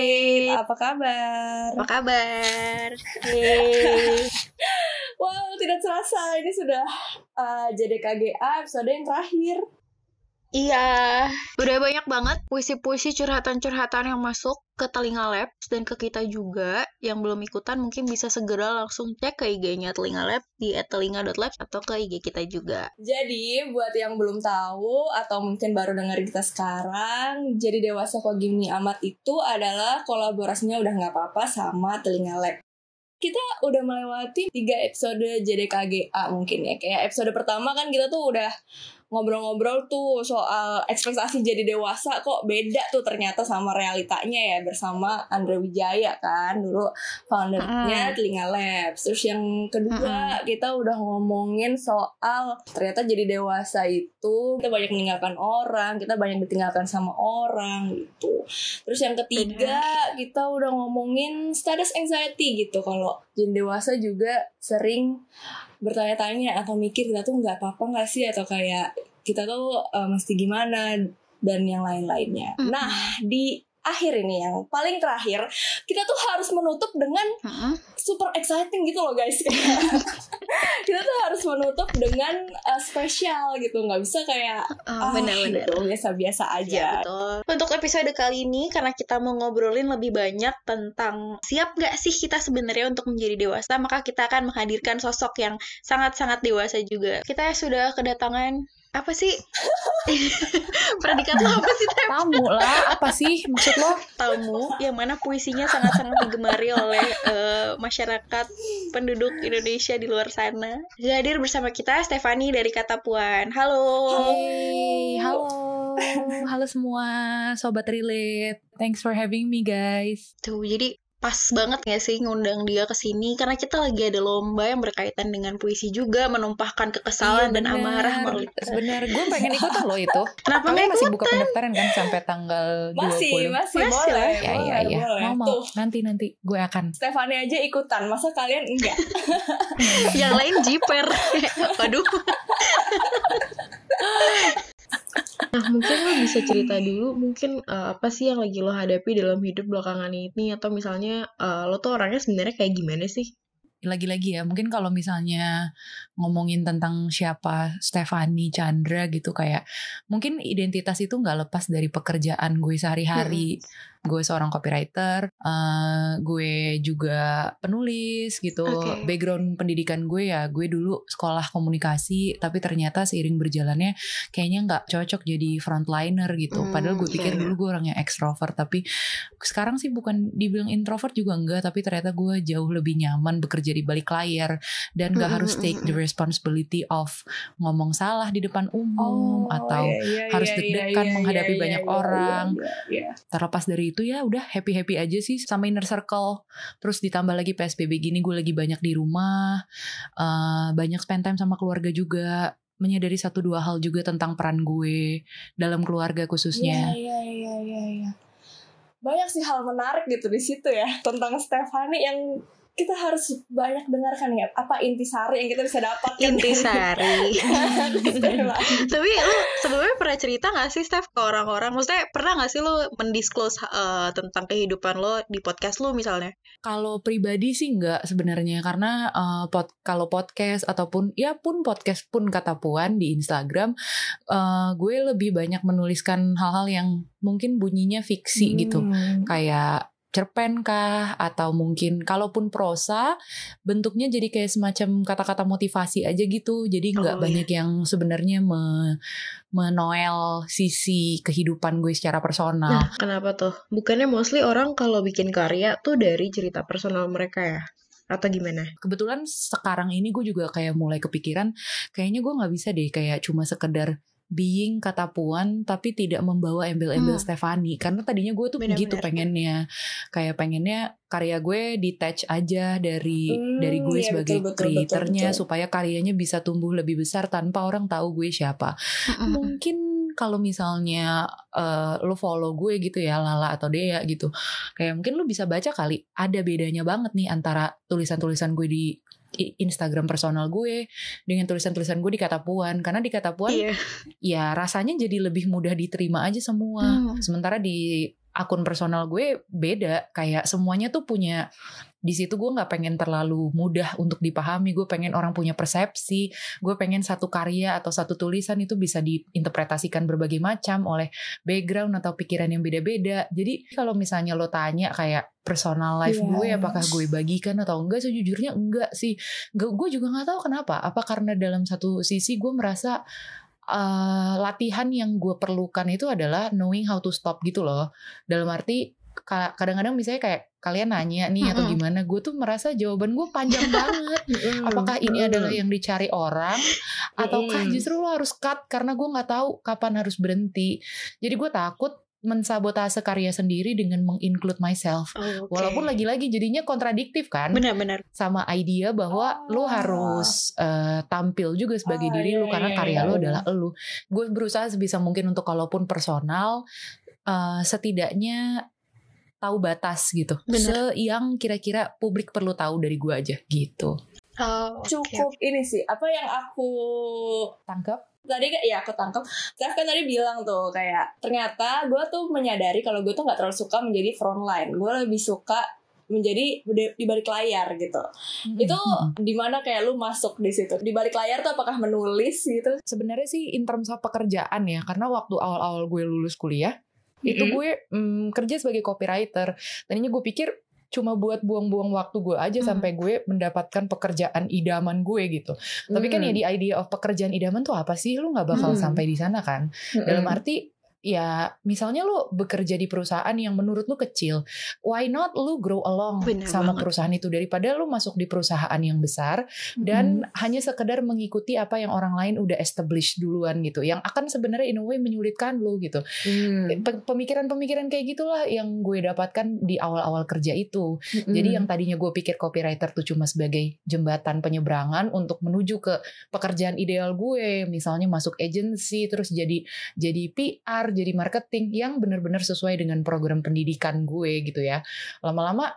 Lilit. Apa kabar? Apa kabar? Yeay. Wow, tidak terasa ini sudah JDKGA episode yang terakhir. Iya, udah banyak banget puisi-puisi curhatan-curhatan yang masuk ke Telinga Labs dan ke kita juga. Yang belum ikutan mungkin bisa segera langsung cek ke IG-nya Telinga Labs di @telinga.labs atau ke IG kita juga. Jadi buat yang belum tahu atau mungkin baru dengerin kita sekarang, Jadi Dewasa Kok Gini Amat itu adalah kolaborasinya Udah Nggak Apa-apa sama Telinga Labs. Kita udah melewati 3 episode JDKGA mungkin ya. Kayak episode pertama kan kita tuh udah ngobrol-ngobrol tuh soal ekspektasi jadi dewasa kok beda tuh ternyata sama realitanya ya, bersama Andre Wijaya kan dulu foundernya Telinga Labs. Terus yang kedua kita udah ngomongin soal ternyata jadi dewasa itu kita banyak meninggalkan orang, kita banyak ditinggalkan sama orang gitu. Terus yang ketiga kita udah ngomongin status anxiety gitu, kalau jadi dewasa juga sering bertanya-tanya atau mikir kita tuh nggak apa-apa nggak sih, atau kayak kita tuh mesti gimana dan yang lain-lainnya. Nah di akhir ini yang paling terakhir kita tuh harus menutup dengan super exciting gitu loh guys. Kita tuh harus menutup dengan spesial gitu, nggak bisa kayak benar-benar gitu, biasa-biasa aja. Ya, betul. Untuk episode kali ini karena kita mau ngobrolin lebih banyak tentang siap nggak sih kita sebenarnya untuk menjadi dewasa, maka kita akan menghadirkan sosok yang sangat-sangat dewasa juga. Kita sudah kedatangan apa sih? Predikat lo apa sih, Tem? Tamu lah, apa sih maksud lo? Tamu yang mana puisinya sangat-sangat digemari oleh masyarakat penduduk Indonesia di luar sana. Hadir bersama kita Stefani dari Kata Puan. Halo. Hey, halo semua sobat relate. Thanks for having me guys. Tuh, jadi pas banget gak sih ngundang dia ke sini karena kita lagi ada lomba yang berkaitan dengan puisi juga, menumpahkan kekesalan dan amarah melalui. Bener, gue pengen ikutan loh itu. Kenapa nggak masih buka pendaftaran kan sampai tanggal 20? Masih boleh. Ya. Mau nanti gue akan. Stefani aja ikutan, masa kalian enggak? Yang lain jiper. Waduh. Nah, mungkin lo bisa cerita dulu mungkin apa sih yang lagi lo hadapi dalam hidup belakangan ini, atau misalnya lo tuh orangnya sebenarnya kayak gimana sih? Lagi-lagi ya, mungkin kalau misalnya ngomongin tentang siapa Stefani Chandra gitu, kayak mungkin identitas itu nggak lepas dari pekerjaan gue sehari-hari. Gue seorang copywriter, gue juga penulis gitu. Background pendidikan gue ya, gue dulu sekolah komunikasi, tapi ternyata seiring berjalannya kayaknya nggak cocok jadi frontliner gitu. Padahal gue pikir dulu gue orangnya extrovert, tapi sekarang sih bukan dibilang introvert juga enggak, tapi ternyata gue jauh lebih nyaman bekerja di balik layar dan gak harus take the responsibility of ngomong salah di depan umum atau harus deg-degan menghadapi banyak orang. Terlepas dari itu ya udah happy aja sih sama inner circle. Terus ditambah lagi PSBB gini gue lagi banyak di rumah, banyak spend time sama keluarga juga, menyadari 1-2 hal juga tentang peran gue dalam keluarga khususnya. Iya. Banyak sih hal menarik gitu di situ ya tentang Stefani yang kita harus banyak dengarkan ya. Apa intisari yang kita bisa dapat? Intisari. Tapi lu sebelumnya pernah cerita gak sih, Steph, ke orang-orang? Maksudnya pernah gak sih lu mendisclose tentang kehidupan lo di podcast lu misalnya? Kalau pribadi sih enggak sebenarnya, karena kalau podcast ataupun ya pun podcast pun Kata Puan di Instagram, gue lebih banyak menuliskan hal-hal yang mungkin bunyinya fiksi gitu, kayak cerpen kah, atau mungkin kalaupun prosa bentuknya jadi kayak semacam kata-kata motivasi aja gitu. Jadi nggak banyak yang sebenarnya menoel sisi kehidupan gue secara personal. Nah, kenapa tuh? Bukannya mostly orang kalau bikin karya tuh dari cerita personal mereka ya? Atau gimana? Kebetulan sekarang ini gue juga kayak mulai kepikiran, kayaknya gue nggak bisa deh kayak cuma sekedar being Kata Puan tapi tidak membawa embel-embel Stefani, karena tadinya gue tuh begitu pengennya karya gue detach aja dari gue sebagai kreatornya, supaya karyanya bisa tumbuh lebih besar tanpa orang tahu gue siapa. Mungkin kalau misalnya lo follow gue gitu ya, Lala atau Dea gitu, kayak mungkin lo bisa baca kali ada bedanya banget nih antara tulisan-tulisan gue di Instagram personal gue dengan tulisan-tulisan gue di Kata Puan. Karena di Kata Puan ya rasanya jadi lebih mudah diterima aja semua. Sementara di akun personal gue beda, kayak semuanya tuh punya, di situ gue nggak pengen terlalu mudah untuk dipahami, gue pengen orang punya persepsi, gue pengen satu karya atau satu tulisan itu bisa diinterpretasikan berbagai macam oleh background atau pikiran yang beda-beda. Jadi kalau misalnya lo tanya kayak personal life gue apakah gue bagikan atau enggak, sejujurnya enggak sih. Gue juga nggak tahu kenapa, apa karena dalam satu sisi gue merasa latihan yang gue perlukan itu adalah knowing how to stop gitu loh. Dalam arti kadang-kadang misalnya kayak kalian nanya nih atau gimana, gue tuh merasa jawaban gue panjang banget. Apakah ini adalah yang dicari orang, ataukah justru lo harus cut karena gue nggak tahu kapan harus berhenti. Jadi gue takut mensabotase karya sendiri dengan menginclude myself. Walaupun lagi-lagi jadinya kontradiktif kan. Benar-benar. Sama idea bahwa lo harus tampil juga sebagai diri lo karena karya lo adalah lo. Gue berusaha sebisa mungkin untuk kalaupun personal, setidaknya tahu batas gitu. Yang kira-kira publik perlu tahu dari gue aja gitu. Cukup ini sih, apa yang aku tangkap tadi aku tangkap. Steph kan tadi bilang tuh kayak ternyata gue tuh menyadari kalau gue tuh nggak terlalu suka menjadi frontline. Gue lebih suka menjadi di balik layar gitu. Itu dimana kayak lu masuk di situ? Di balik layar tuh apakah menulis gitu? Sebenarnya sih in terms of pekerjaan ya, karena waktu awal-awal gue lulus kuliah itu gue kerja sebagai copywriter. Tadinya gue pikir cuma buat buang-buang waktu gue aja sampai gue mendapatkan pekerjaan idaman gue gitu. Tapi kan ya di idea of pekerjaan idaman tuh apa sih? Lu gak bakal sampai di sana kan. Dalam arti ya misalnya lu bekerja di perusahaan yang menurut lu kecil, why not lu grow along sama perusahaan itu daripada lu masuk di perusahaan yang besar dan hanya sekedar mengikuti apa yang orang lain udah establish duluan gitu, yang akan sebenarnya in a way menyulitkan lu gitu. Pemikiran-pemikiran kayak gitulah yang gue dapatkan di awal-awal kerja itu. Jadi yang tadinya gue pikir copywriter tuh cuma sebagai jembatan penyeberangan untuk menuju ke pekerjaan ideal gue, misalnya masuk agency terus jadi PR, jadi marketing yang benar-benar sesuai dengan program pendidikan gue gitu ya. Lama-lama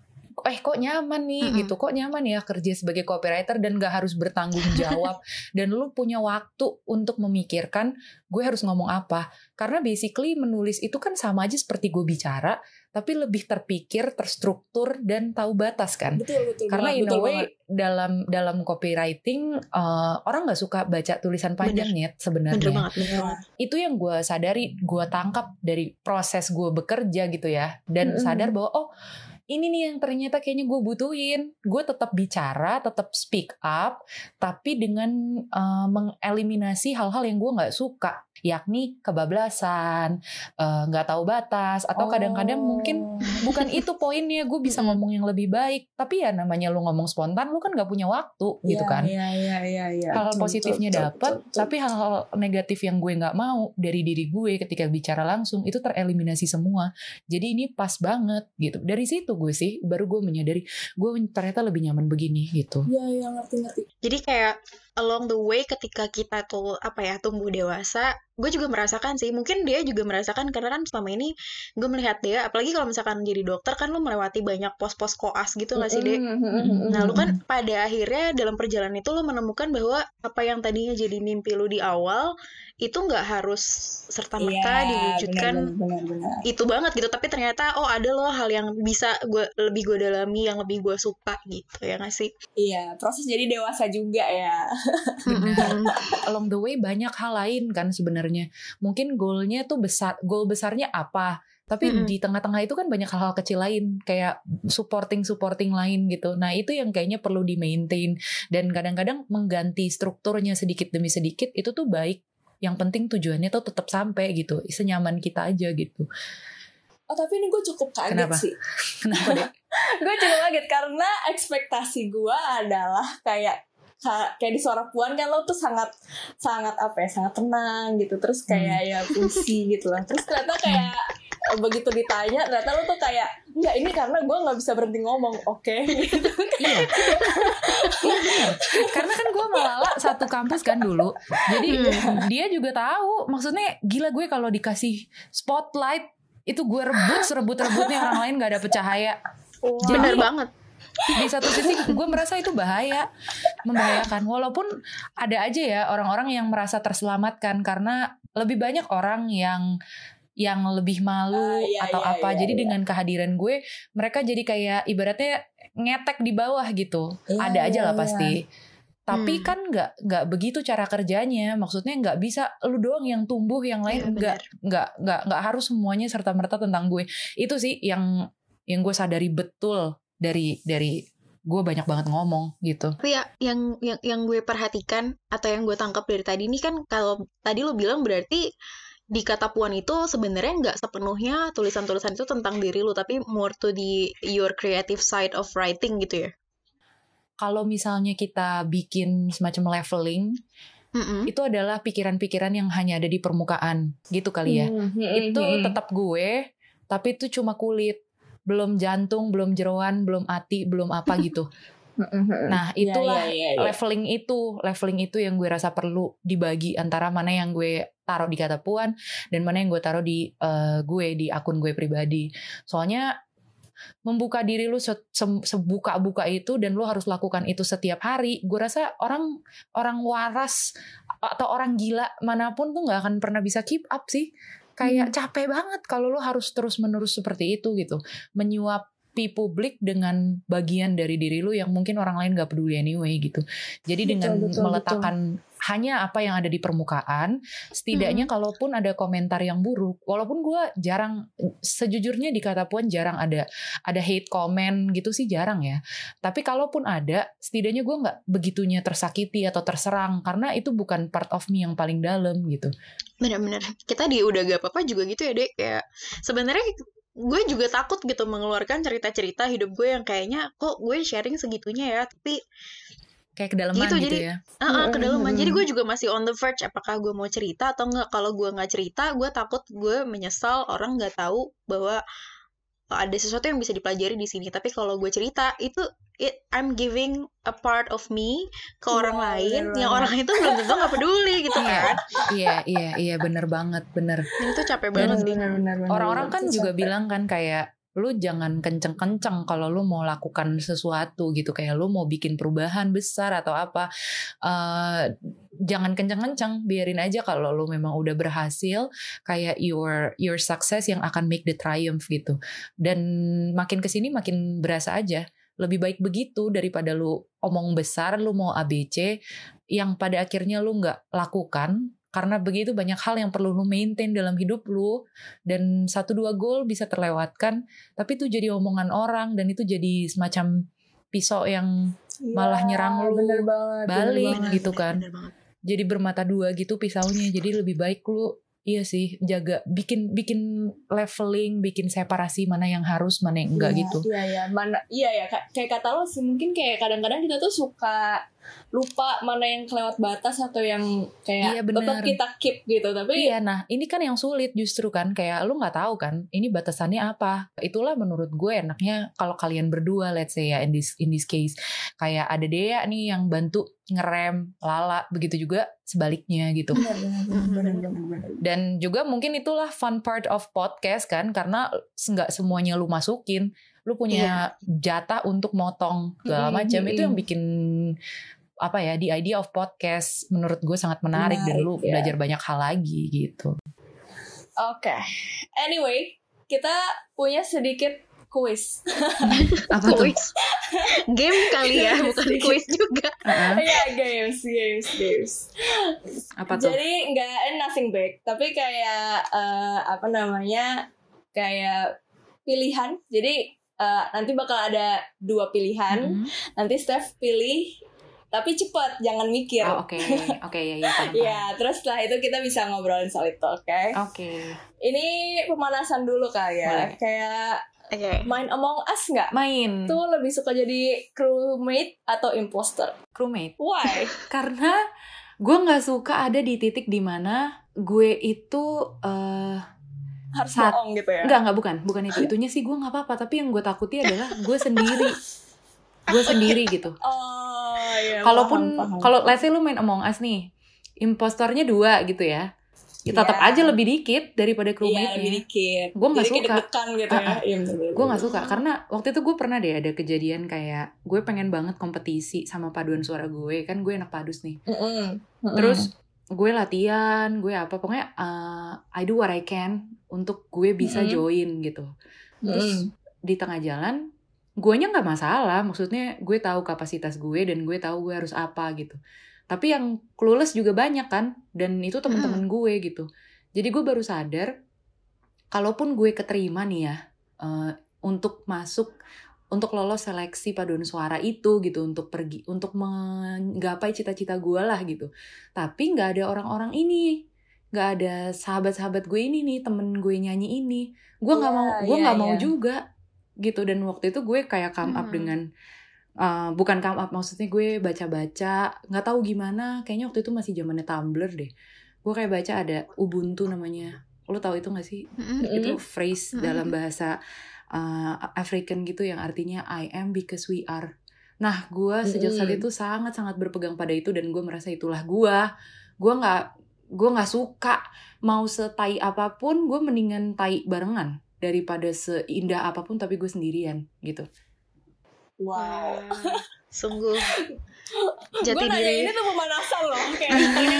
kok nyaman nih gitu, kok nyaman ya kerja sebagai copywriter dan gak harus bertanggung jawab dan lu punya waktu untuk memikirkan gue harus ngomong apa. Karena basically menulis itu kan sama aja seperti gue bicara, tapi lebih terpikir, terstruktur dan tahu batas kan. Betul. Karena in a way dalam copywriting orang nggak suka baca tulisan panjang ya sebenarnya. Bener banget. Itu yang gue sadari, gue tangkap dari proses gue bekerja gitu ya, dan sadar bahwa ini nih yang ternyata kayaknya gue butuhin. Gue tetap bicara, tetap speak up, tapi dengan mengeliminasi hal-hal yang gue nggak suka, yakni kebablasan, nggak tahu batas, atau kadang-kadang mungkin bukan itu poinnya. Gue bisa ngomong yang lebih baik, tapi ya namanya lu ngomong spontan, lu kan nggak punya waktu gitu kan. Iya. Hal positifnya dapat, tapi hal-hal negatif yang gue nggak mau dari diri gue ketika bicara langsung itu tereliminasi semua. Jadi ini pas banget gitu. Dari situ gue sih baru gue menyadari gue ternyata lebih nyaman begini gitu. Iya ngerti. Jadi kayak along the way ketika kita tuh tumbuh dewasa, gue juga merasakan sih, mungkin dia juga merasakan karena kan selama ini gue melihat dia, apalagi kalau misalkan jadi dokter kan lu melewati banyak pos-pos koas gitu nggak sih Dek? Nah lu kan pada akhirnya dalam perjalanan itu lu menemukan bahwa apa yang tadinya jadi mimpi lu di awal itu nggak harus serta-merta diwujudkan benar. itu banget gitu, tapi ternyata ada loh hal yang bisa gue dalami, yang lebih gue suka gitu ya nggak sih? Iya, proses jadi dewasa juga ya. Benar. Along the way banyak hal lain kan sebenarnya. Mungkin goalnya tuh goal besarnya apa, tapi di tengah-tengah itu kan banyak hal-hal kecil lain kayak supporting lain gitu. Nah itu yang kayaknya perlu di maintain, dan kadang-kadang mengganti strukturnya sedikit demi sedikit itu tuh baik. Yang penting tujuannya tuh tetap sampai gitu, senyaman kita aja gitu. Tapi ini gue cukup kaget sih. Kenapa deh? Gue cukup kaget karena ekspektasi gue adalah kayak di Suara Puan kan lo tuh sangat tenang gitu, terus kayak ya puisi gitu lah. Terus ternyata kayak begitu ditanya ternyata lo tuh kayak enggak, ini karena gue nggak bisa berhenti ngomong, gitu. Iya benar. Karena kan gue sama Lala satu kampus kan dulu, jadi dia juga tahu maksudnya gila gue kalau dikasih spotlight itu gue rebutnya orang lain nggak dapet cahaya. Bener banget. Di satu sisi gue merasa itu membahayakan, walaupun ada aja ya orang-orang yang merasa terselamatkan karena lebih banyak orang yang yang lebih malu atau apa. Jadi dengan kehadiran gue, mereka jadi kayak ibaratnya ngetek di bawah gitu. Ada aja lah pasti. Tapi kan nggak begitu cara kerjanya. Maksudnya nggak bisa lu doang yang tumbuh, yang lain nggak harus semuanya serta merta tentang gue. Itu sih yang gue sadari betul dari gue banyak banget ngomong gitu. Tapi ya yang gue perhatikan atau yang gue tangkap dari tadi ini kan, kalau tadi lo bilang berarti di kata puan itu sebenarnya nggak sepenuhnya tulisan-tulisan itu tentang diri lu, tapi more to your creative side of writing gitu ya. Kalau misalnya kita bikin semacam leveling, itu adalah pikiran-pikiran yang hanya ada di permukaan gitu kali ya. Itu tetap gue, tapi itu cuma kulit, belum jantung, belum jeroan, belum hati, belum apa gitu. Nah itulah leveling itu yang gue rasa perlu dibagi antara mana yang gue taruh di kata puan dan mana yang gue taruh di di akun gue pribadi. Soalnya membuka diri lu sebuka-buka itu dan lu harus lakukan itu setiap hari. Gue rasa orang waras atau orang gila manapun tuh nggak akan pernah bisa keep up sih. Kayak capek banget kalau lu harus terus-menerus seperti itu gitu. Menyuapi publik dengan bagian dari diri lu yang mungkin orang lain gak peduli anyway gitu. Jadi dengan meletakkan hanya apa yang ada di permukaan, setidaknya kalaupun ada komentar yang buruk, walaupun gue jarang, sejujurnya di kata puan jarang ada hate comment gitu sih, jarang ya. Tapi kalaupun ada, setidaknya gue gak begitunya tersakiti atau terserang, karena itu bukan part of me yang paling dalam gitu. Benar-benar, kita di udah gak apa-apa juga gitu ya Dek. Kayak sebenarnya gue juga takut gitu mengeluarkan cerita-cerita hidup gue yang kayaknya kok gue sharing segitunya ya, tapi kayak kedalaman gitu jadi, ya. Kedalaman. Jadi gue juga masih on the verge apakah gue mau cerita atau enggak. Kalau gue nggak cerita, gue takut gue menyesal orang nggak tahu bahwa ada sesuatu yang bisa dipelajari di sini. Tapi kalau gue cerita, itu I'm giving a part of me ke orang lain yang orang itu belum tentu nggak peduli gitu kan. Iya bener banget, bener. Dan itu capek banget sih. Orang-orang kan juga bilang kan kayak lu jangan kenceng-kenceng kalau lu mau lakukan sesuatu gitu, kayak lu mau bikin perubahan besar atau apa, jangan kenceng-kenceng, biarin aja kalau lu memang udah berhasil, kayak your success yang akan make the triumph gitu. Dan makin kesini makin berasa aja, lebih baik begitu daripada lu omong besar, lu mau ABC yang pada akhirnya lu nggak lakukan. Karena begitu banyak hal yang perlu lu maintain dalam hidup lu, dan 1-2 goal bisa terlewatkan, tapi itu jadi omongan orang dan itu jadi semacam pisau yang malah nyerang lu balik gitu kan. Jadi bermata dua gitu pisaunya. Jadi lebih baik lu jaga, bikin leveling, bikin separasi mana yang harus, mana yang enggak gitu. Kayak kata lo sih, mungkin kayak kadang-kadang kita tuh suka lupa mana yang kelewat batas atau yang kayak tetap kita keep gitu. Tapi nah ini kan yang sulit justru kan, kayak lu nggak tahu kan ini batasannya apa. Itulah menurut gue enaknya kalau kalian berdua, let's say ya in this case, kayak ada Dea nih yang bantu ngerem Lala, begitu juga sebaliknya gitu. Bener. Dan juga mungkin itulah fun part of podcast kan, karena nggak semuanya lu masukin, lu punya jatah untuk motong segala macam. Itu yang bikin the idea of podcast menurut gue sangat menarik dan lu belajar banyak hal lagi gitu. Oke. Anyway, kita punya sedikit quiz. Apa tuh? Game kali ya, bukan quiz juga. Iya, games. Apa tuh? Jadi nothing big, tapi kayak kayak pilihan. Jadi nanti bakal ada 2 pilihan. Nanti Steph pilih, tapi cepat, jangan mikir. Oke, ya. Ya, terus setelah itu kita bisa ngobrolin soal itu, oke? Oke. Ini pemanasan dulu kali ya. Boleh. Kayak main Among Us nggak? Main. Tuh lebih suka jadi crewmate atau imposter? Crewmate. Why? Karena gue nggak suka ada di titik dimana gue itu harus bohong gitu ya? Enggak, bukan itu. Itunya sih gue nggak apa-apa, tapi yang gue takuti adalah gue sendiri. Gue sendiri gitu. Oh iya. Kalaupun kalau let's say lu main Among Us nih, impostornya 2 gitu ya. Tetap aja lebih dikit daripada crewmate-nya. Iya, lebih dikit. Gue nggak suka. Deg-degan gitu ya. Gue nggak suka karena waktu itu gue pernah deh ada kejadian kayak gue pengen banget kompetisi sama paduan suara gue, kan gue anak padus nih. Terus gue latihan, gue apa, pokoknya I do what I can untuk gue bisa join gitu. Terus di tengah jalan, guenya nggak masalah, maksudnya gue tahu kapasitas gue dan gue tahu gue harus apa gitu. Tapi yang clueless juga banyak kan, dan itu teman-teman gue gitu. Jadi gue baru sadar, kalaupun gue keterima nih ya, untuk masuk, untuk lolos seleksi paduan suara itu gitu, untuk pergi, untuk menggapai cita-cita gue lah gitu. Tapi nggak ada orang-orang ini, nggak ada sahabat-sahabat gue ini nih, temen gue nyanyi ini. Gue nggak mau juga gitu. Dan waktu itu gue kayak come up dengan bukan come up, maksudnya gue baca-baca, nggak tahu gimana, kayaknya waktu itu masih zamannya Tumblr deh. Gue kayak baca ada Ubuntu namanya, lo tahu itu nggak sih? Itu phrase dalam bahasa African gitu yang artinya I am because we are. Nah, gue sejak saat itu sangat-sangat berpegang pada itu dan gue merasa itulah gue. Gue nggak suka mau setai apapun, gue mendingan tai barengan daripada seindah apapun tapi gue sendirian gitu. Wow. Sungguh jati gue nanya diri. ini tuh pemanasan loh, kayak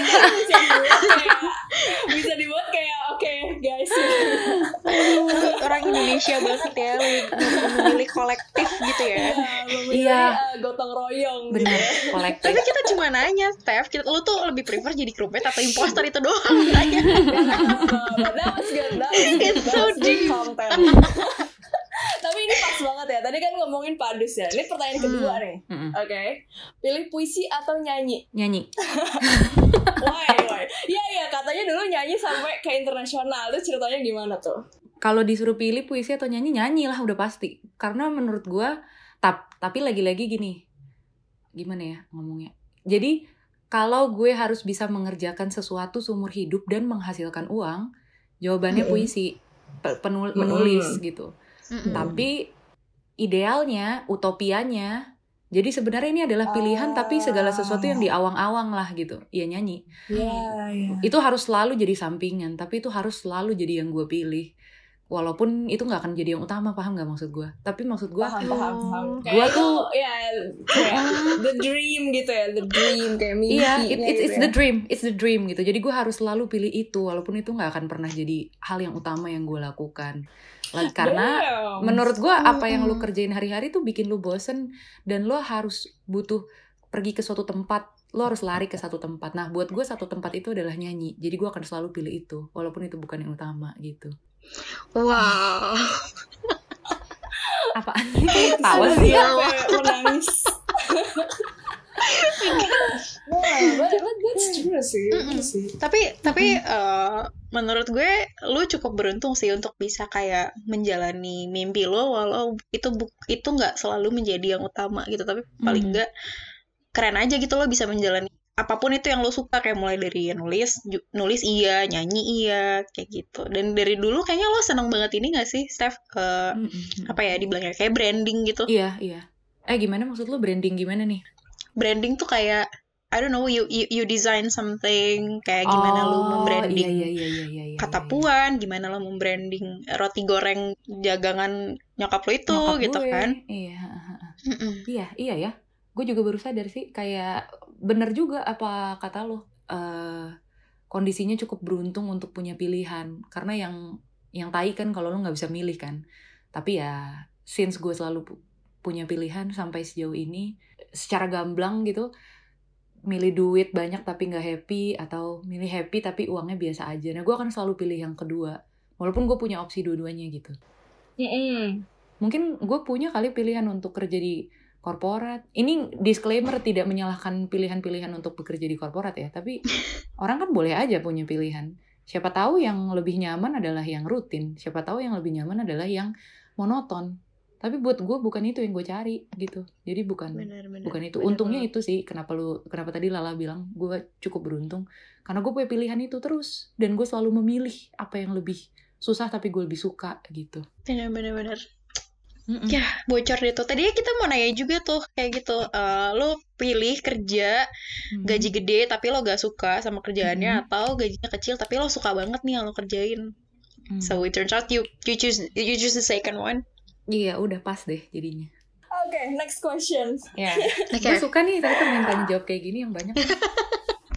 bisa dibuat kayak oke, guys. Orang Indonesia banget ya, memilih kolektif gitu ya. Iya, gotong royong. Bener, kolektif. Tapi kita cuma nanya, Steph, lu tuh lebih prefer jadi crewmate atau imposter, itu doang tanya. That was good. It's so deep. Tapi ini pas banget ya. Tadi kan ngomongin padus ya. Ini pertanyaan kedua nih. Oke. Pilih puisi atau nyanyi? Nyanyi. Why? Iya, katanya dulu nyanyi sampai ke internasional. Itu ceritanya gimana tuh? Kalau disuruh pilih puisi atau nyanyi, nyanyi lah udah pasti. Karena menurut gue, tapi lagi-lagi gini, gimana ya ngomongnya? Jadi kalau gue harus bisa mengerjakan sesuatu seumur hidup dan menghasilkan uang, jawabannya puisi, menulis gitu. Tapi idealnya, utopianya, jadi sebenarnya ini adalah pilihan tapi segala sesuatu yang di awang-awang lah gitu. Ya nyanyi. Itu harus selalu jadi sampingan, tapi itu harus selalu jadi yang gue pilih. Walaupun itu nggak akan jadi yang utama, paham nggak maksud gue? Tapi maksud gue, paham. Gue tuh the dream gitu ya, the dream kayak mimpi. Iya, it's the dream gitu. Jadi gue harus selalu pilih itu, walaupun itu nggak akan pernah jadi hal yang utama yang gue lakukan. Karena menurut gue apa yang lu kerjain hari-hari tuh bikin lu bosen dan lu harus butuh pergi ke suatu tempat. Lo harus lari ke satu tempat. Nah, buat gue satu tempat itu adalah nyanyi. Jadi gue akan selalu pilih itu, walaupun itu bukan yang utama gitu. Wow. Apaan sih? Tawa sih. Menangis. That's true sih. Tapi menurut gue lu cukup beruntung sih untuk bisa kayak menjalani mimpi lo, walau itu nggak selalu menjadi yang utama gitu. Tapi paling nggak keren aja gitu lo bisa menjalani apapun itu yang lo suka, kayak mulai dari nulis iya, nyanyi iya, kayak gitu. Dan dari dulu kayaknya lo seneng banget ini gak sih, Steph? Apa ya dibilangnya, kayak branding gitu. Iya. Gimana maksud lo branding gimana nih? Branding tuh kayak I don't know, you design something, kayak gimana lo membranding kata puan, gimana lo membranding roti goreng jagangan nyokap lo itu, nyokap gitu gue. Kan? Iya ya. Gue juga baru sadar sih, kayak bener juga apa kata lo, kondisinya cukup beruntung untuk punya pilihan. Karena yang tai kan kalau lo nggak bisa milih kan. Tapi ya, since gue selalu punya pilihan sampai sejauh ini, secara gamblang gitu, milih duit banyak tapi nggak happy, atau milih happy tapi uangnya biasa aja. Nah, gue akan selalu pilih yang kedua, walaupun gue punya opsi dua-duanya gitu. Mungkin gue punya kali pilihan untuk kerja di korporat. Ini disclaimer, tidak menyalahkan pilihan-pilihan untuk bekerja di korporat ya, tapi orang kan boleh aja punya pilihan. Siapa tahu yang lebih nyaman adalah yang rutin, siapa tahu yang lebih nyaman adalah yang monoton. Tapi buat gue bukan itu yang gue cari gitu. Jadi bukan itu. Untungnya itu sih kenapa tadi Lala bilang gue cukup beruntung, karena gue punya pilihan itu terus dan gue selalu memilih apa yang lebih susah tapi gue lebih suka gitu. Benar. Ya, bocor deh tuh. Tadinya kita mau nanya juga tuh kayak gitu. Lo pilih kerja gaji gede tapi lo gak suka sama kerjaannya, atau gajinya kecil tapi lo suka banget nih yang lo kerjain. So it turns out you choose the second one. Iya, udah pas deh jadinya. Okay, next question. Ya. Gue suka nih tadi permintaan jawab kayak gini yang banyak.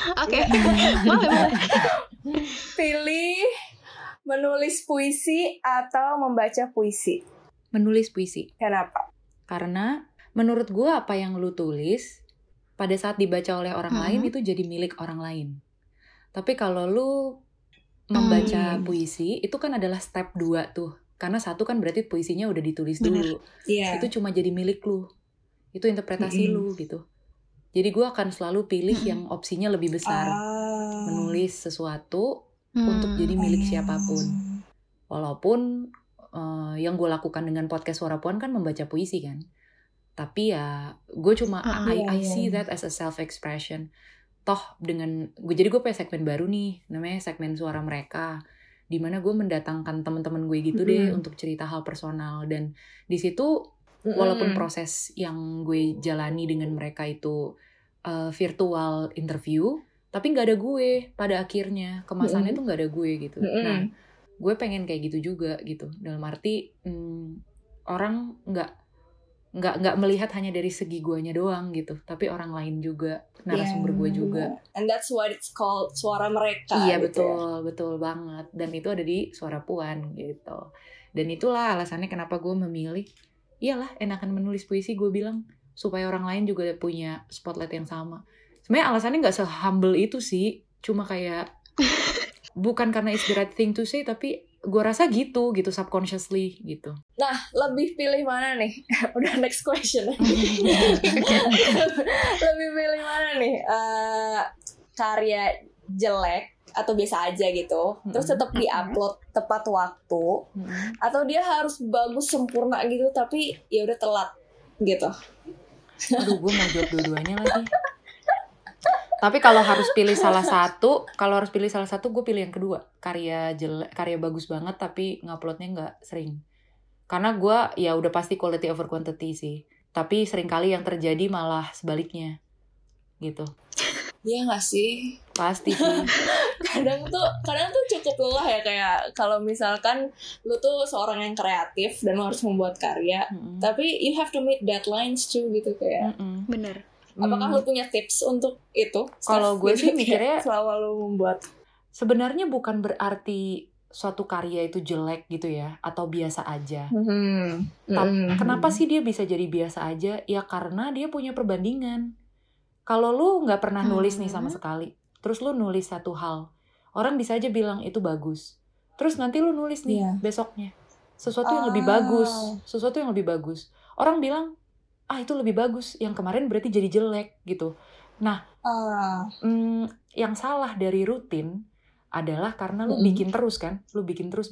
Oke, boleh. Pilih menulis puisi atau membaca puisi. Menulis puisi. Kenapa? Karena menurut gue apa yang lu tulis pada saat dibaca oleh orang lain itu jadi milik orang lain. Tapi kalau lu membaca puisi itu kan adalah step 2 tuh. Karena 1 kan berarti puisinya udah ditulis dulu. Yeah. Itu cuma jadi milik lu. Itu interpretasi lu gitu. Jadi gue akan selalu pilih yang opsinya lebih besar. Menulis sesuatu untuk jadi milik siapapun. Walaupun yang gue lakukan dengan podcast Suara Puan kan membaca puisi kan. Tapi ya gue cuma I see that as a self-expression. Toh dengan jadi gue punya segmen baru nih, namanya segmen Suara Mereka, di mana gue mendatangkan teman-teman gue gitu deh untuk cerita hal personal. Dan di situ walaupun proses yang gue jalani dengan mereka itu virtual interview, tapi nggak ada gue pada akhirnya, kemasannya tuh nggak ada gue gitu. Nah gue pengen kayak gitu juga gitu, dalam arti orang nggak melihat hanya dari segi guanya doang gitu, tapi orang lain juga, narasumber gue juga. And that's what it's called, Suara Mereka. Iya gitu betul banget. Dan itu ada di Suara Puan gitu. Dan itulah alasannya kenapa gue memilih, iyalah enakan menulis puisi, gue bilang, supaya orang lain juga punya spotlight yang sama. Sebenarnya alasannya nggak se-humble itu sih, cuma kayak bukan karena it's the right thing to say, tapi gue rasa gitu subconsciously gitu. Nah, lebih pilih mana nih? Udah next question. Lebih pilih mana nih? Karya jelek atau biasa aja gitu, terus tetap di-upload tepat waktu, atau dia harus bagus sempurna gitu tapi ya udah telat gitu. Aduh, gue mau jawab dua-duanya lagi. Tapi kalau harus pilih salah satu, gue pilih yang kedua. Karya bagus banget tapi nguploadnya nggak sering. Karena gue ya udah pasti quality over quantity sih. Tapi seringkali yang terjadi malah sebaliknya, gitu. Iya nggak sih? Pasti sih. kadang tuh cukup lelah ya, kayak kalau misalkan lu tuh seorang yang kreatif dan lu harus membuat karya, tapi you have to meet deadlines too gitu kayak. Bener. Apakah lu punya tips untuk itu? Kalau gue sih mikirnya selama lu membuat, sebenarnya bukan berarti suatu karya itu jelek gitu ya, atau biasa aja. Kenapa sih dia bisa jadi biasa aja? Ya karena dia punya perbandingan. Kalau lu nggak pernah nulis nih sama sekali, terus lu nulis satu hal, orang bisa aja bilang itu bagus. Terus nanti lu nulis nih besoknya sesuatu yang lebih bagus, orang bilang itu lebih bagus, yang kemarin berarti jadi jelek gitu. Nah, yang salah dari rutin adalah karena lu bikin terus kan, lu bikin terus.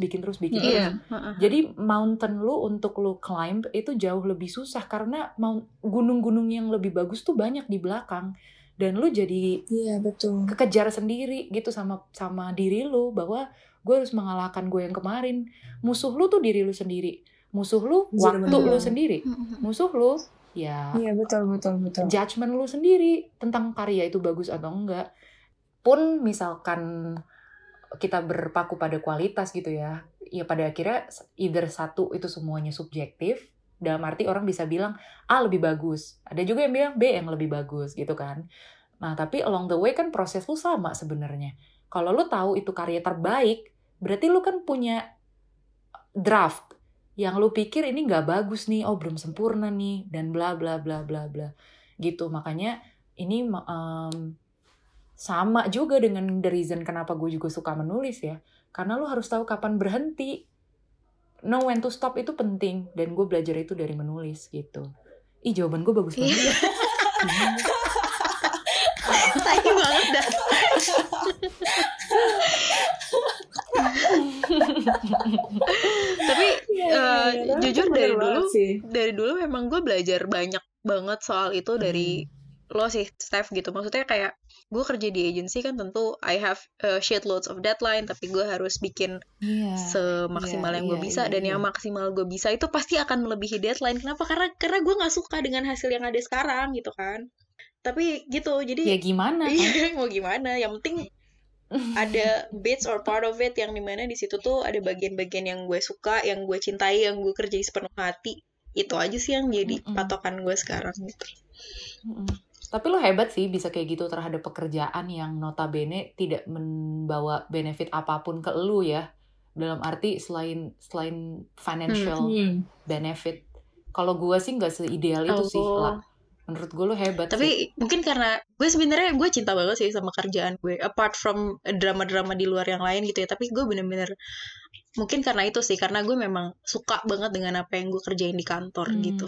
Jadi mountain lu untuk lu climb itu jauh lebih susah karena gunung-gunung yang lebih bagus tuh banyak di belakang, dan lu jadi kekejar sendiri gitu sama diri lu bahwa gue harus mengalahkan gue yang kemarin. Musuh lu tuh diri lu sendiri, musuh lu waktu lu sendiri, musuh lu ya betul. judgement lu sendiri tentang karya itu bagus atau enggak. Pun misalkan kita berpaku pada kualitas gitu ya pada akhirnya either satu itu semuanya subjektif, dalam arti orang bisa bilang A lebih bagus, ada juga yang bilang B yang lebih bagus gitu kan. Nah tapi along the way kan proses lu sama sebenarnya. Kalau lu tahu itu karya terbaik, berarti lu kan punya draft yang lu pikir ini nggak bagus nih, belum sempurna nih, dan bla bla bla bla bla gitu. Makanya ini sama juga dengan the reason kenapa gue juga suka menulis ya, karena lu harus tahu kapan berhenti, know when to stop itu penting, dan gue belajar itu dari menulis gitu. Jawaban gue bagus banget. Tai banget dah. Tapi jujur dari dulu memang gue belajar banyak banget soal itu dari lo sih, Steph gitu. Maksudnya kayak gue kerja di agency kan tentu I have shitloads of deadline, tapi gue harus bikin semaksimal yang gue bisa, dan yang maksimal gue bisa itu pasti akan melebihi deadline. Kenapa? Karena gue nggak suka dengan hasil yang ada sekarang gitu kan. Tapi gitu, jadi ya gimana? Mau gimana? Yang penting ada bits or part of it yang dimana di situ tuh ada bagian-bagian yang gue suka, yang gue cintai, yang gue kerjai sepenuh hati. Itu aja sih yang jadi patokan gue sekarang gitu. Tapi lo hebat sih bisa kayak gitu terhadap pekerjaan yang notabene tidak membawa benefit apapun ke lo ya. Dalam arti selain financial benefit. Kalau gue sih nggak seideal itu sih lah. Menurut gue lo hebat Tapi sih. mungkin karena gue sebenarnya gue cinta banget sih sama kerjaan gue. Apart from drama-drama di luar yang lain gitu ya. Tapi gue bener-bener mungkin karena itu sih. Karena gue memang suka banget dengan apa yang gue kerjain di kantor gitu.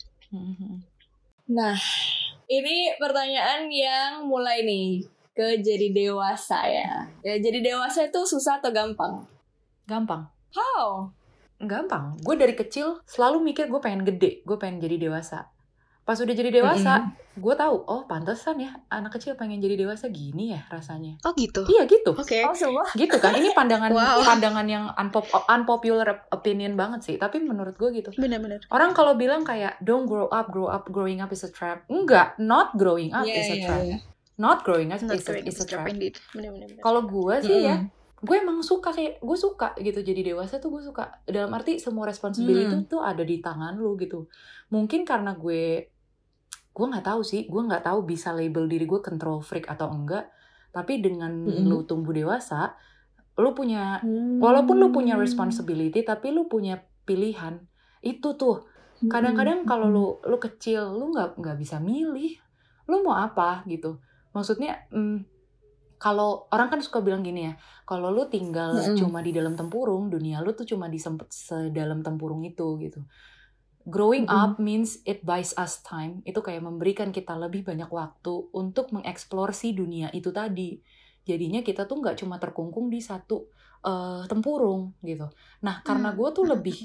Nah, ini pertanyaan yang mulai nih ke jadi dewasa ya. Ya jadi dewasa itu susah atau gampang? Gampang. How? Gampang. Gue dari kecil selalu mikir gue pengen gede, gue pengen jadi dewasa. Pas udah jadi dewasa, gue tahu, oh pantesan ya anak kecil pengen jadi dewasa gini ya rasanya. Oh gitu? Iya gitu. Oke. Oh semua? Gitu kan, ini pandangan yang unpopular opinion banget sih. Tapi menurut gue gitu. Benar-benar. Orang kalau bilang kayak don't grow up, growing up is a trap. Enggak, not growing up is a trap. Not growing up is a trap. Kalau gue sih ya, gue emang suka gue suka gitu jadi dewasa tuh gue suka. Dalam arti semua responsibility tuh ada di tangan lu gitu. Mungkin karena gue nggak tahu sih, gue nggak tahu bisa label diri gue control freak atau enggak. Tapi dengan lu tumbuh dewasa, lu punya walaupun lu punya responsibility, tapi lu punya pilihan. Itu tuh kadang-kadang kalau lu kecil, lu nggak bisa milih, lu mau apa gitu. Maksudnya kalau orang kan suka bilang gini ya, kalau lu tinggal cuma di dalam tempurung, dunia lu tuh cuma disempet sedalam tempurung itu gitu. Growing up means it buys us time. Itu kayak memberikan kita lebih banyak waktu untuk mengeksplorasi dunia itu tadi. Jadinya kita tuh nggak cuma terkungkung di satu tempurung gitu. Nah, karena gue tuh lebih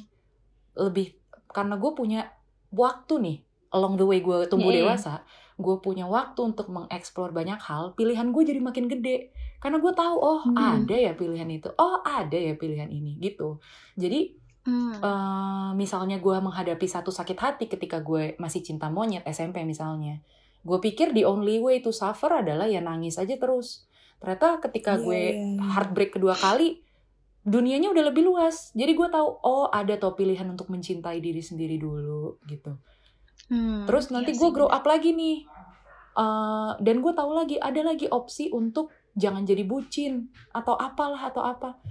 karena gue punya waktu nih, along the way gue tumbuh dewasa, gue punya waktu untuk mengeksplor banyak hal, pilihan gue jadi makin gede. Karena gue tahu, ada ya pilihan itu, ada ya pilihan ini, gitu. Jadi, misalnya gue menghadapi satu sakit hati ketika gue masih cinta monyet, SMP misalnya. Gue pikir the only way to suffer adalah ya nangis aja terus. Ternyata ketika gue heartbreak kedua kali, dunianya udah lebih luas. Jadi gue tahu, ada tuh pilihan untuk mencintai diri sendiri dulu, gitu. Terus nanti gue grow up lagi nih, dan gue tahu lagi ada lagi opsi untuk jangan jadi bucin atau apalah atau apa.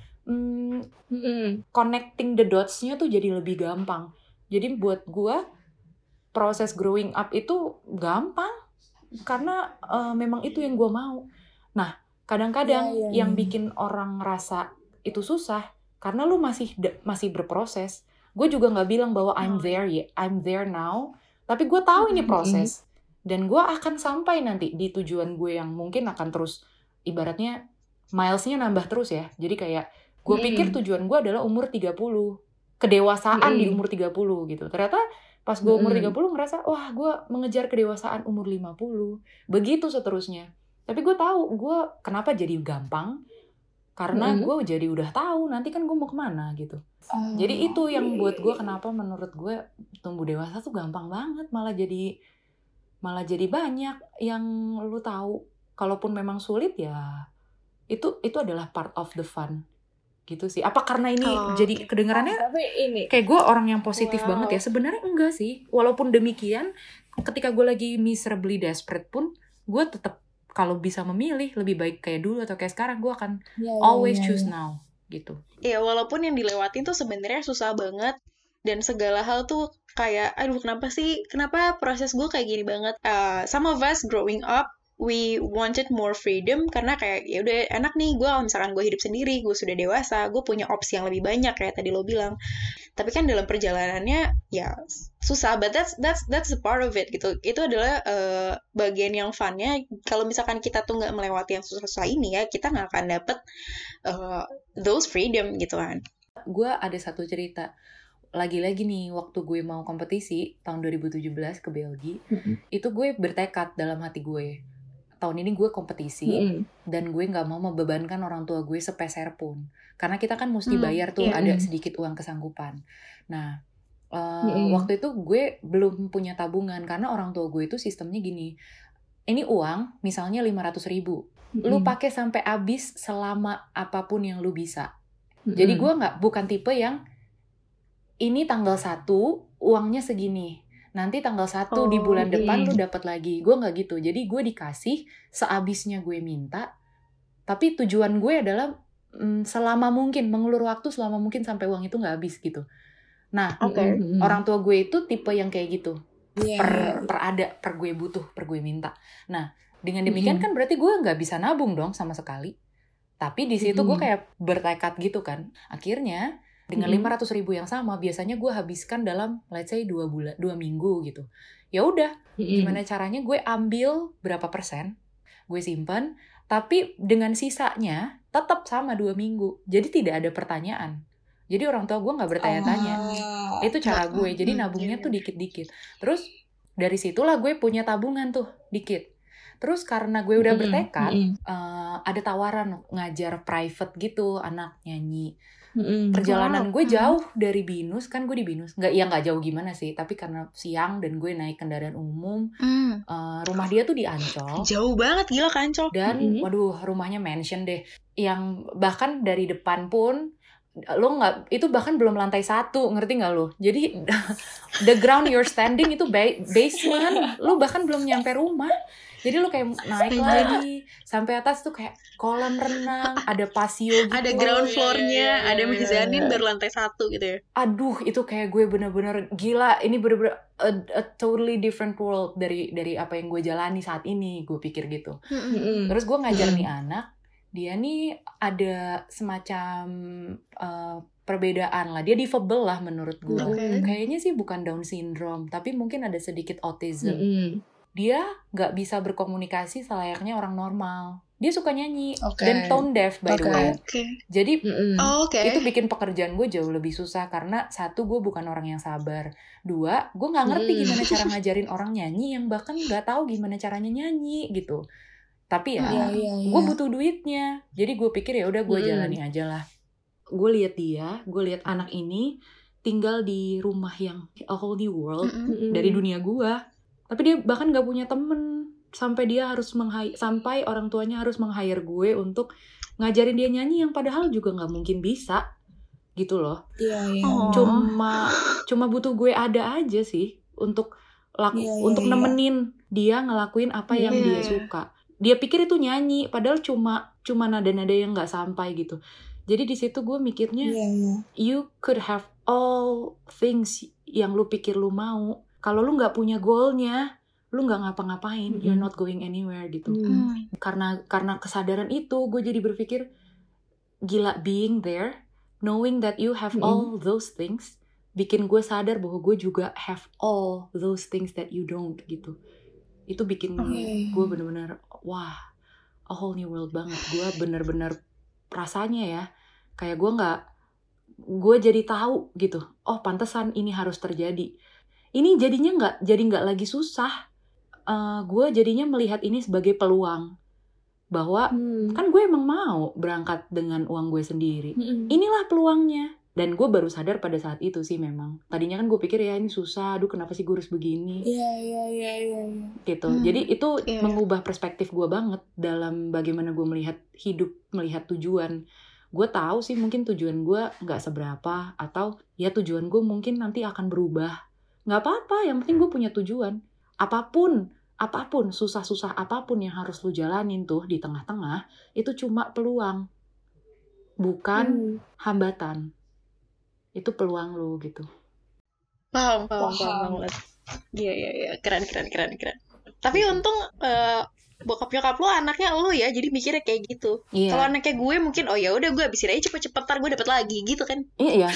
Connecting the dots-nya tuh jadi lebih gampang. Jadi buat gue proses growing up itu gampang karena memang itu yang gue mau. Nah, kadang-kadang yang bikin orang ngerasa itu susah karena lu masih berproses. Gue juga nggak bilang bahwa I'm there now. Tapi gue tahu ini proses. Dan gue akan sampai nanti di tujuan gue yang mungkin akan terus, ibaratnya miles-nya nambah terus ya. Jadi kayak, gue pikir tujuan gue adalah umur 30. Kedewasaan di umur 30 gitu. Ternyata pas gue umur 30 ngerasa, wah gue mengejar kedewasaan umur 50. Begitu seterusnya. Tapi gue tahu, gue kenapa jadi gampang. Karena gue jadi udah tahu nanti kan gue mau kemana gitu. Jadi itu yang buat gue kenapa menurut gue tumbuh dewasa tuh gampang banget, malah jadi banyak yang lu tahu. Kalaupun memang sulit ya itu adalah part of the fun gitu sih. Apa karena ini jadi kedengarannya kayak gue orang yang positif banget ya? Sebenarnya enggak sih. Walaupun demikian, ketika gue lagi miserably desperate pun gue tetap kalau bisa memilih lebih baik kayak dulu atau kayak sekarang, gue akan always choose now gitu. Iya, walaupun yang dilewatin tuh sebenarnya susah banget dan segala hal tuh kayak aduh kenapa proses gue kayak gini banget. Some of us growing up we wanted more freedom karena kayak ya udah enak nih gue misalkan gue hidup sendiri, gue sudah dewasa, gue punya opsi yang lebih banyak kayak tadi lo bilang. Tapi kan dalam perjalanannya ya susah, but that's a part of it gitu. Itu adalah bagian yang funnya. Kalau misalkan kita tuh nggak melewati yang susah-susah ini ya, kita nggak akan dapet those freedom gitu kan. Gue ada satu cerita. Lagi-lagi nih, waktu gue mau kompetisi tahun 2017 ke Belgia, itu gue bertekad dalam hati gue. Tahun ini gue kompetisi, dan gue gak mau membebankan orang tua gue sepeser pun. Karena kita kan mesti bayar tuh, ada sedikit uang kesanggupan. Nah, waktu itu gue belum punya tabungan, karena orang tua gue itu sistemnya gini, ini uang, misalnya 500.000, lu pakai sampai habis selama apapun yang lu bisa. Jadi gue bukan tipe yang, ini tanggal 1, uangnya segini. nanti tanggal 1 di bulan depan lu dapat lagi. Gue nggak gitu. Jadi gue dikasih seabisnya gue minta. Tapi tujuan gue adalah selama mungkin, mengulur waktu selama mungkin sampai uang itu nggak habis gitu. Nah, orang tua gue itu tipe yang kayak gitu. Per gue butuh, per gue minta. Nah, dengan demikian kan berarti gue nggak bisa nabung dong sama sekali. Tapi di situ gue kayak bertekad gitu kan. Akhirnya dengan 500.000 yang sama biasanya gue habiskan dalam let's say 2 minggu gitu. Ya udah, gimana caranya gue ambil berapa persen, gue simpan, tapi dengan sisanya tetap sama 2 minggu. Jadi tidak ada pertanyaan. Jadi orang tua gue nggak bertanya-tanya. Itu cara gue. Jadi nabungnya tuh dikit-dikit. Terus dari situlah gue punya tabungan tuh dikit. Terus karena gue udah bertekad, ada tawaran ngajar private gitu anak nyanyi. Perjalanan gue jauh dari Binus, kan gue di Binus. Nggak jauh gimana sih, tapi karena siang dan gue naik kendaraan umum, rumah dia tuh di Ancol. Jauh banget, gila ke Ancol. Dan waduh, rumahnya mansion deh. Yang bahkan dari depan pun lo nggak, itu bahkan belum lantai 1, ngerti nggak lo? Jadi the ground you're standing itu basement, lo bahkan belum nyampe rumah. Jadi lo kayak naik lagi sampai atas tuh kayak kolam renang, ada pasio gitu. Ada ground floor-nya, ada mezanin baru lantai 1 gitu ya. Aduh, itu kayak gue bener-bener gila. Ini bener-bener a totally different world dari apa yang gue jalani saat ini. Gue pikir gitu. Terus gue ngajar nih anak, dia nih ada semacam perbedaan lah. Dia difabel lah menurut gue. Kayaknya sih bukan Down syndrome, tapi mungkin ada sedikit autism. Dia nggak bisa berkomunikasi selayaknya orang normal. Dia suka nyanyi dan tone deaf by the way. Jadi itu bikin pekerjaan gue jauh lebih susah karena 1, gue bukan orang yang sabar. 2, gue nggak ngerti gimana cara ngajarin orang nyanyi yang bahkan nggak tahu gimana caranya nyanyi gitu. Tapi gue butuh duitnya. Jadi gue pikir ya udah gue jalani aja lah. Gue lihat anak ini tinggal di rumah yang a whole new world dari dunia gue. Tapi dia bahkan gak punya temen. Sampai dia harus sampai orang tuanya harus meng-hire gue untuk ngajarin dia nyanyi yang padahal juga gak mungkin bisa. Gitu loh. Cuma butuh gue ada aja sih untuk nemenin dia ngelakuin apa yang dia suka. Dia pikir itu nyanyi, padahal cuma nada-nada yang gak sampai gitu. Jadi di situ gue mikirnya, you could have all things yang lu pikir lu mau. Kalau lu nggak punya goalnya, lu nggak ngapa-ngapain, you're not going anywhere gitu. Karena kesadaran itu, gue jadi berpikir, gila, being there, knowing that you have all those things, bikin gue sadar bahwa gue juga have all those things that you don't gitu. Itu bikin gue bener-bener, wah, a whole new world banget. Gue bener-bener rasanya ya, kayak gue jadi tahu gitu. Oh, pantesan ini harus terjadi. Ini jadinya nggak lagi susah. Gue jadinya melihat ini sebagai peluang bahwa kan gue emang mau berangkat dengan uang gue sendiri. Inilah peluangnya. Dan gue baru sadar pada saat itu sih memang. Tadinya kan gue pikir ya ini susah. Aduh kenapa sih gue harus begini? Iya. Gitu. Jadi itu mengubah perspektif gue banget dalam bagaimana gue melihat hidup, melihat tujuan. Gue tahu sih mungkin tujuan gue nggak seberapa atau ya tujuan gue mungkin nanti akan berubah. Nggak apa-apa, yang penting gue punya tujuan. Apapun, susah-susah apapun yang harus lu jalanin tuh di tengah-tengah, itu cuma peluang. Bukan hambatan. Itu peluang lu gitu. Paham banget. Iya, keren. Tapi untung bokap nyokap lu anaknya lu ya, jadi mikirnya kayak gitu. Kalau anaknya gue mungkin, oh ya udah gue habisin aja cepet-cepet, ntar gue dapet lagi gitu kan. Iya.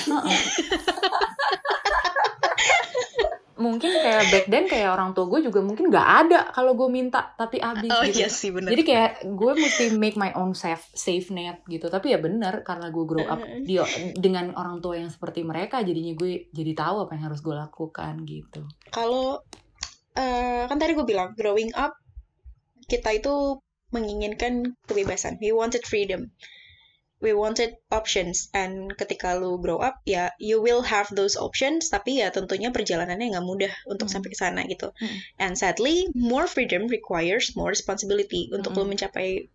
Mungkin kayak back then kayak orang tua gue juga mungkin nggak ada kalau gue minta tapi habis gitu. Iya sih, bener. Jadi kayak gue mesti make my own safe net gitu. Tapi ya bener karena gue grow up dengan orang tua yang seperti mereka, jadinya gue jadi tahu apa yang harus gue lakukan gitu. Kalau kan tadi gue bilang growing up kita itu menginginkan kebebasan. We wanted freedom. We wanted options, and ketika lu grow up ya you will have those options, tapi ya tentunya perjalanannya nggak mudah untuk sampai ke sana gitu. And sadly more freedom requires more responsibility. Untuk lu mencapai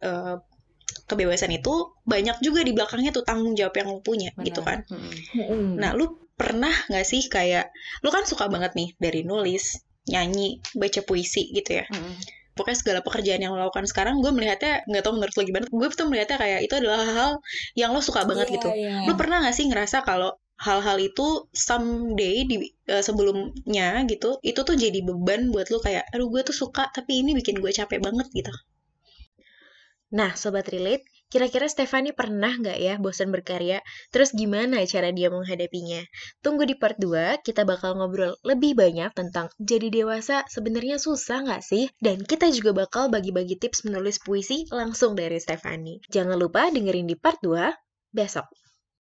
kebebasan itu banyak juga di belakangnya tuh tanggung jawab yang lu punya. Benar. Gitu kan. Nah lu pernah nggak sih kayak lu kan suka banget nih dari nulis, nyanyi, baca puisi gitu ya. Pokoknya segala pekerjaan yang lo lakukan sekarang, gue melihatnya, nggak tahu menurut lo gimana, gue tuh melihatnya kayak itu adalah hal yang lo suka banget gitu. Lo pernah nggak sih ngerasa kalau hal-hal itu someday sebelumnya gitu, itu tuh jadi beban buat lo kayak, aduh gue tuh suka tapi ini bikin gue capek banget gitu. Nah, Sobat Relate, kira-kira Stefani pernah nggak ya bosan berkarya? Terus gimana cara dia menghadapinya? Tunggu di part 2, kita bakal ngobrol lebih banyak tentang jadi dewasa sebenarnya susah nggak sih? Dan kita juga bakal bagi-bagi tips menulis puisi langsung dari Stefani. Jangan lupa dengerin di part 2 besok.